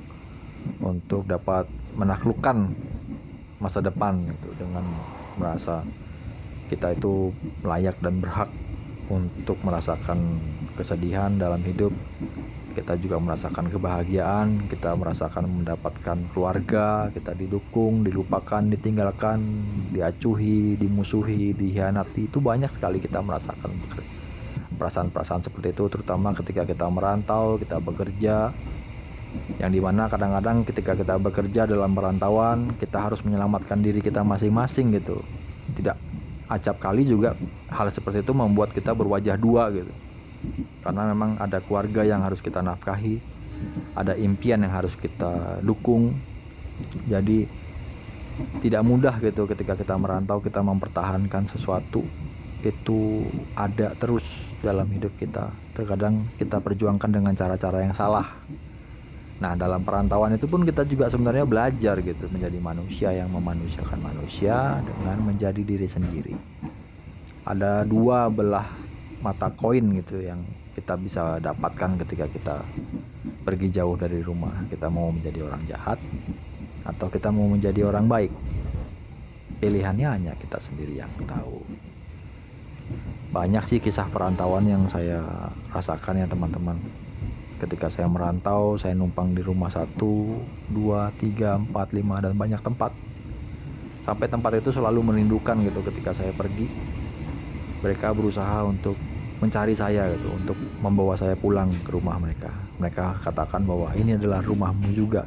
dapat menaklukkan masa depan gitu, dengan merasa kita itu layak dan berhak untuk merasakan kesedihan dalam hidup. Kita juga merasakan kebahagiaan, kita merasakan mendapatkan keluarga, kita didukung, dilupakan, ditinggalkan, diacuhi, dimusuhi, dihianati. Itu banyak sekali kita merasakan perasaan-perasaan seperti itu, terutama ketika kita merantau, kita bekerja. Yang dimana kadang-kadang ketika kita bekerja dalam perantauan, kita harus menyelamatkan diri kita masing-masing gitu. Tidak acap kali juga hal seperti itu membuat kita berwajah dua gitu. Karena memang ada keluarga yang harus kita nafkahi, ada impian yang harus kita dukung. Jadi tidak mudah gitu ketika kita merantau, kita mempertahankan sesuatu itu ada terus dalam hidup kita. Terkadang kita perjuangkan dengan cara-cara yang salah. Nah, dalam perantauan itu pun kita juga sebenarnya belajar gitu, menjadi manusia yang memanusiakan manusia dengan menjadi diri sendiri. Ada dua belah mata koin gitu yang kita bisa dapatkan ketika kita pergi jauh dari rumah. Kita mau menjadi orang jahat atau kita mau menjadi orang baik. Pilihannya hanya kita sendiri yang tahu. Banyak sih kisah perantauan yang saya rasakan ya teman-teman. Ketika saya merantau, saya numpang di rumah 1, 2, 3, 4, 5 dan banyak tempat. Sampai tempat itu selalu merindukan gitu ketika saya pergi. Mereka berusaha untuk mencari saya gitu, untuk membawa saya pulang ke rumah mereka. Mereka katakan bahwa ini adalah rumahmu juga.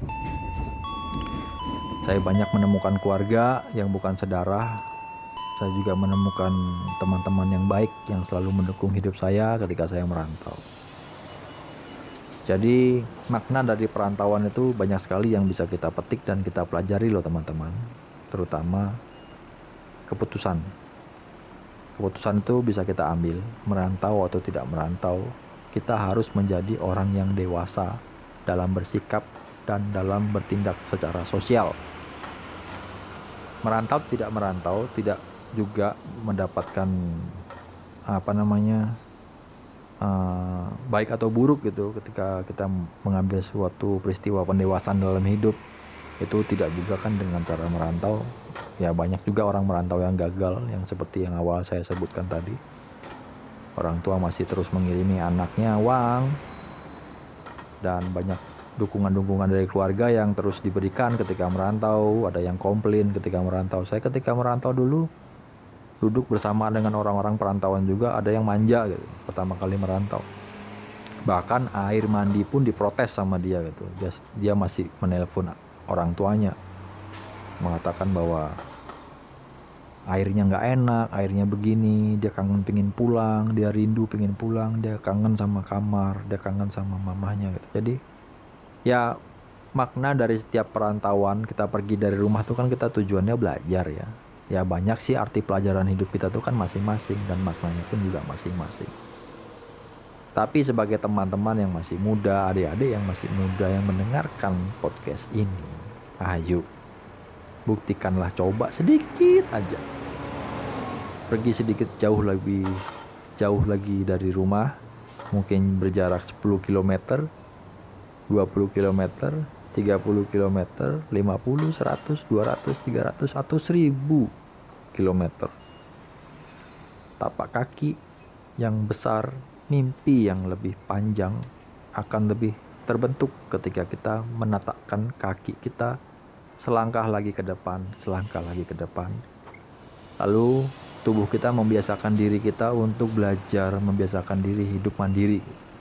Saya banyak menemukan keluarga yang bukan sedarah. Saya juga menemukan teman-teman yang baik yang selalu mendukung hidup saya ketika saya merantau. Jadi makna dari perantauan itu banyak sekali yang bisa kita petik dan kita pelajari loh teman-teman. Terutama keputusan. Keputusan itu bisa kita ambil, merantau atau tidak merantau. Kita harus menjadi orang yang dewasa dalam bersikap dan dalam bertindak secara sosial. Merantau tidak juga mendapatkan baik atau buruk gitu. Ketika kita mengambil suatu peristiwa pendewasaan dalam hidup, itu tidak juga kan dengan cara merantau. Ya banyak juga orang merantau yang gagal, yang seperti yang awal saya sebutkan tadi. Orang tua masih terus mengirimi anaknya uang, dan banyak dukungan-dukungan dari keluarga yang terus diberikan ketika merantau. Ada yang komplain ketika merantau. Saya ketika merantau dulu duduk bersama dengan orang-orang perantauan juga, ada yang manja gitu pertama kali merantau. Bahkan air mandi pun diprotes sama dia gitu. Dia masih menelpon orang tuanya, mengatakan bahwa airnya nggak enak, airnya begini, dia kangen pingin pulang, dia rindu pingin pulang, dia kangen sama kamar, dia kangen sama mamahnya gitu. Jadi ya makna dari setiap perantauan kita pergi dari rumah tuh kan kita tujuannya belajar ya. Ya banyak sih arti pelajaran hidup kita tuh kan masing-masing dan maknanya pun juga masing-masing. Tapi sebagai teman-teman yang masih muda, adik-adik yang masih muda yang mendengarkan podcast ini, ayo buktikanlah, coba sedikit aja. Pergi sedikit jauh lagi dari rumah, mungkin berjarak 10 km, 20 km, 30 km, 50, 100, 200, 300, atau 1000 km. Tapak kaki yang besar, mimpi yang lebih panjang akan lebih terbentuk ketika kita menatapkan kaki kita selangkah lagi ke depan. Lalu tubuh kita membiasakan diri kita untuk belajar, membiasakan diri hidup mandiri.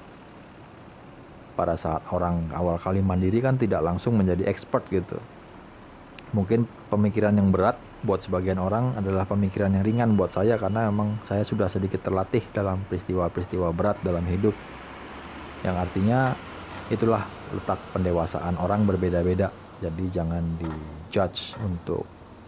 Pada saat orang awal kali mandiri kan tidak langsung menjadi expert gitu. Mungkin pemikiran yang berat buat sebagian orang adalah pemikiran yang ringan buat saya, karena memang saya sudah sedikit terlatih dalam peristiwa-peristiwa berat dalam hidup. Yang artinya itulah letak pendewasaan orang berbeda-beda. Jadi jangan dijudge untuk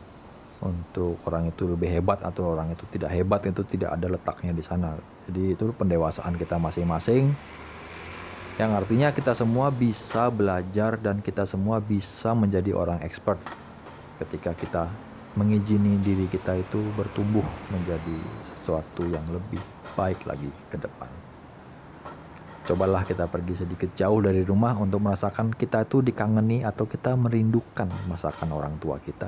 orang itu lebih hebat atau orang itu tidak hebat, itu tidak ada letaknya di sana. Jadi itu pendewasaan kita masing-masing. Yang artinya kita semua bisa belajar dan kita semua bisa menjadi orang expert ketika kita mengizini diri kita itu bertumbuh menjadi sesuatu yang lebih baik lagi ke depan. Cobalah kita pergi sedikit jauh dari rumah untuk merasakan kita itu dikangeni atau kita merindukan masakan orang tua kita.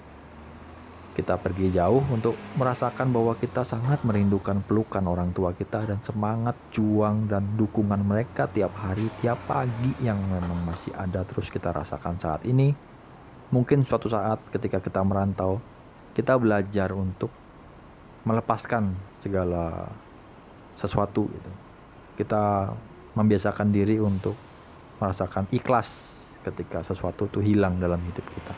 Kita pergi jauh untuk merasakan bahwa kita sangat merindukan pelukan orang tua kita dan semangat juang dan dukungan mereka tiap hari, tiap pagi yang memang masih ada terus kita rasakan saat ini. Mungkin suatu saat ketika kita merantau, kita belajar untuk melepaskan segala sesuatu gitu. Kita membiasakan diri untuk merasakan ikhlas ketika sesuatu itu hilang dalam hidup kita.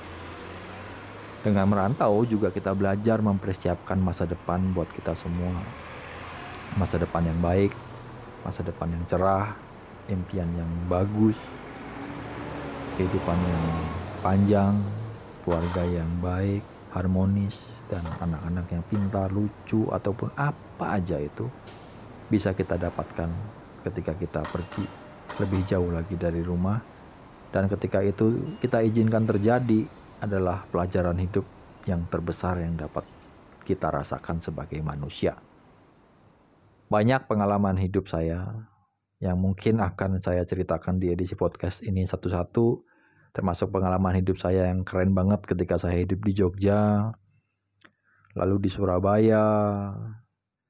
Dengan merantau juga kita belajar mempersiapkan masa depan buat kita semua. Masa depan yang baik, masa depan yang cerah, impian yang bagus, kehidupan yang panjang, keluarga yang baik, harmonis, dan anak-anak yang pintar, lucu, ataupun apa aja itu bisa kita dapatkan ketika kita pergi lebih jauh lagi dari rumah. Dan ketika itu kita izinkan terjadi, adalah pelajaran hidup yang terbesar yang dapat kita rasakan sebagai manusia. Banyak pengalaman hidup saya yang mungkin akan saya ceritakan di edisi podcast ini satu-satu, termasuk pengalaman hidup saya yang keren banget ketika saya hidup di Jogja, lalu di Surabaya,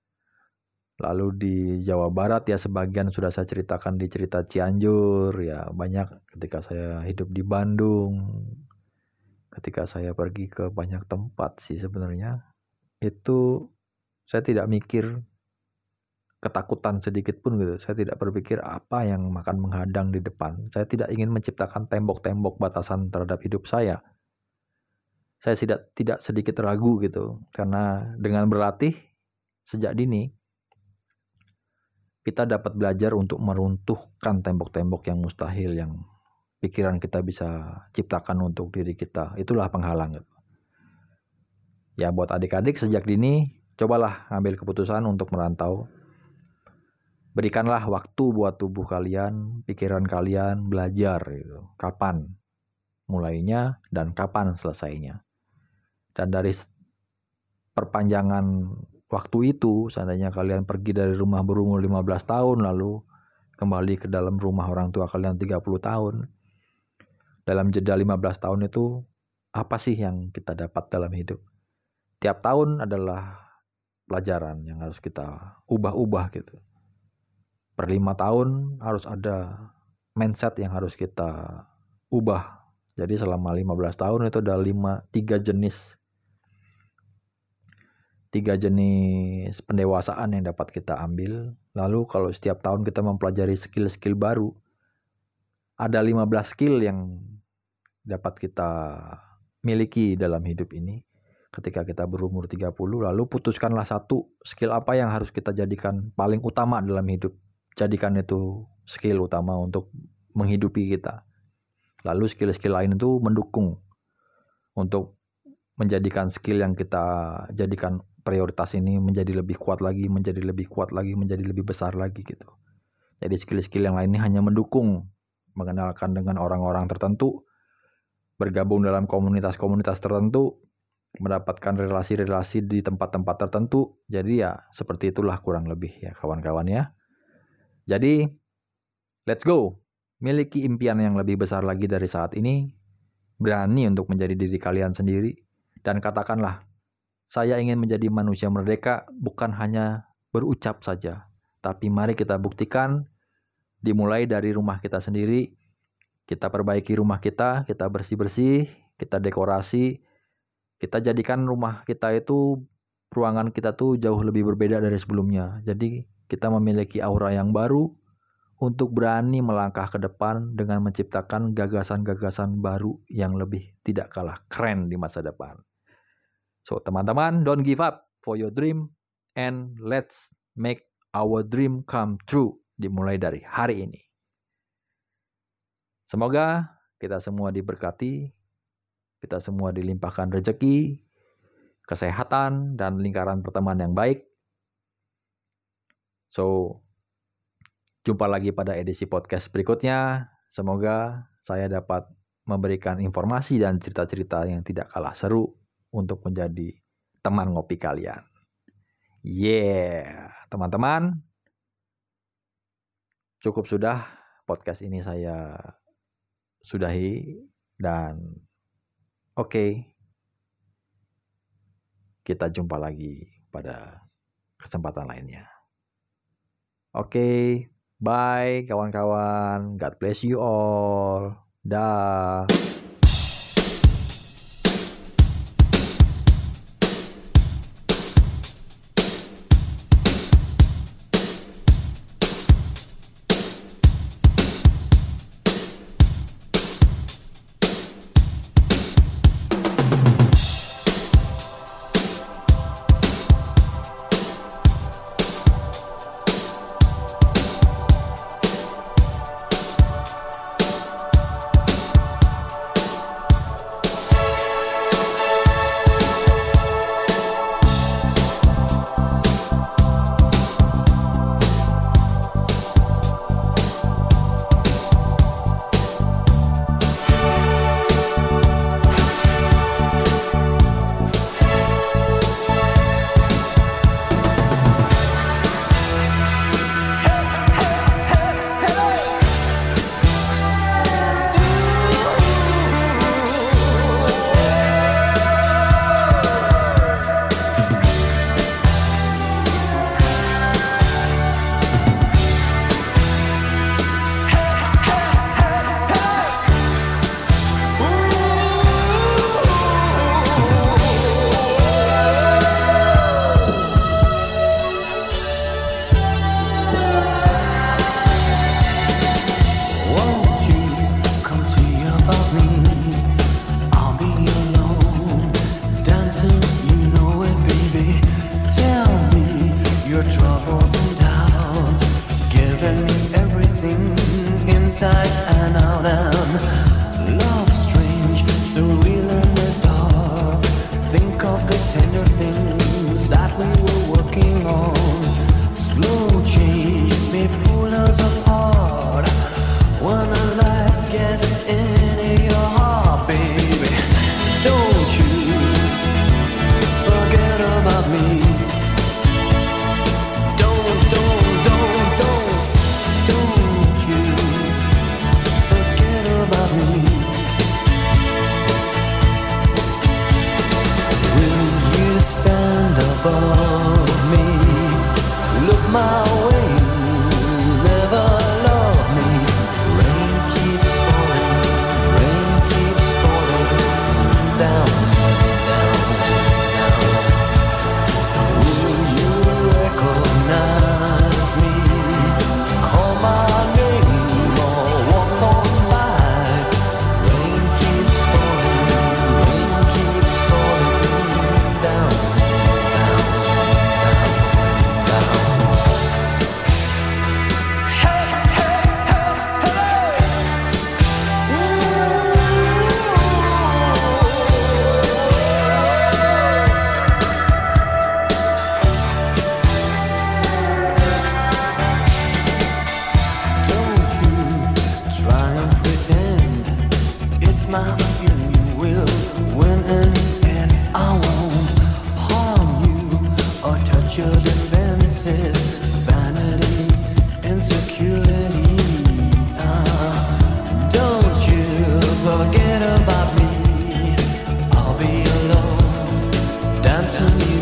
Lalu di Jawa Barat ya sebagian sudah saya ceritakan di cerita Cianjur, ya banyak ketika saya hidup di Bandung, ketika saya pergi ke banyak tempat sih sebenarnya, itu saya tidak mikir ketakutan sedikit pun gitu. Saya tidak berpikir apa yang akan menghadang di depan. Saya tidak ingin menciptakan tembok-tembok batasan terhadap hidup saya. Saya tidak sedikit ragu gitu, karena dengan berlatih sejak dini, kita dapat belajar untuk meruntuhkan tembok-tembok yang mustahil yang pikiran kita bisa ciptakan untuk diri kita. Itulah penghalang. Ya buat adik-adik sejak dini, cobalah ambil keputusan untuk merantau. Berikanlah waktu buat tubuh kalian, pikiran kalian belajar gitu. Kapan mulainya dan kapan selesainya. Dan dari perpanjangan waktu itu, seandainya kalian pergi dari rumah berumur 15 tahun lalu kembali ke dalam rumah orang tua kalian 30 tahun. Dalam jeda 15 tahun itu, apa sih yang kita dapat dalam hidup? Tiap tahun adalah pelajaran yang harus kita ubah-ubah gitu. Per 5 tahun harus ada mindset yang harus kita ubah. Jadi selama 15 tahun itu ada 3 jenis pendewasaan yang dapat kita ambil. Lalu kalau setiap tahun kita mempelajari skill-skill baru, ada 15 skill yang dapat kita miliki dalam hidup ini. Ketika kita berumur 30, lalu putuskanlah satu skill apa yang harus kita jadikan paling utama dalam hidup. Jadikan itu skill utama untuk menghidupi kita. Lalu skill-skill lain itu mendukung untuk menjadikan skill yang kita jadikan prioritas ini menjadi lebih kuat lagi, menjadi lebih kuat lagi, menjadi lebih besar lagi gitu. Jadi skill-skill yang lain ini hanya mendukung, mengenalkan dengan orang-orang tertentu, bergabung dalam komunitas-komunitas tertentu, mendapatkan relasi-relasi di tempat-tempat tertentu. Jadi ya seperti itulah kurang lebih ya kawan-kawan ya. Jadi let's go. Miliki impian yang lebih besar lagi dari saat ini. Berani untuk menjadi diri kalian sendiri. Dan katakanlah, saya ingin menjadi manusia merdeka bukan hanya berucap saja. Tapi mari kita buktikan, dimulai dari rumah kita sendiri. Kita perbaiki rumah kita bersih-bersih, kita dekorasi. Kita jadikan rumah kita itu, ruangan kita tuh jauh lebih berbeda dari sebelumnya. Jadi kita memiliki aura yang baru untuk berani melangkah ke depan dengan menciptakan gagasan-gagasan baru yang lebih tidak kalah keren di masa depan. So teman-teman, don't give up for your dream and let's make our dream come true dimulai dari hari ini. Semoga kita semua diberkati, kita semua dilimpahkan rezeki, kesehatan, dan lingkaran pertemanan yang baik. So, jumpa lagi pada edisi podcast berikutnya. Semoga saya dapat memberikan informasi dan cerita-cerita yang tidak kalah seru untuk menjadi teman ngopi kalian. Yeah, teman-teman. Cukup sudah podcast ini saya sudahi dan oke. Kita jumpa lagi pada kesempatan lainnya. Oke, bye kawan-kawan. God bless you all. Dah. things that we were working on. Slow change may pull us apart when the light gets into your heart, baby. Don't you forget about me. Don't you forget about me. Will you stand above me? Look my way, never love me. Rain keeps falling down, down, down. Will you recognize me? Call my name or walk on by. Rain keeps falling down, down, down, down. Hey, hey, hey, hey. Don't you try and pretend it's my feeling will win in the end. I won't harm you or touch your defenses. Vanity, insecurity. Don't you forget about me. I'll be alone, dancing you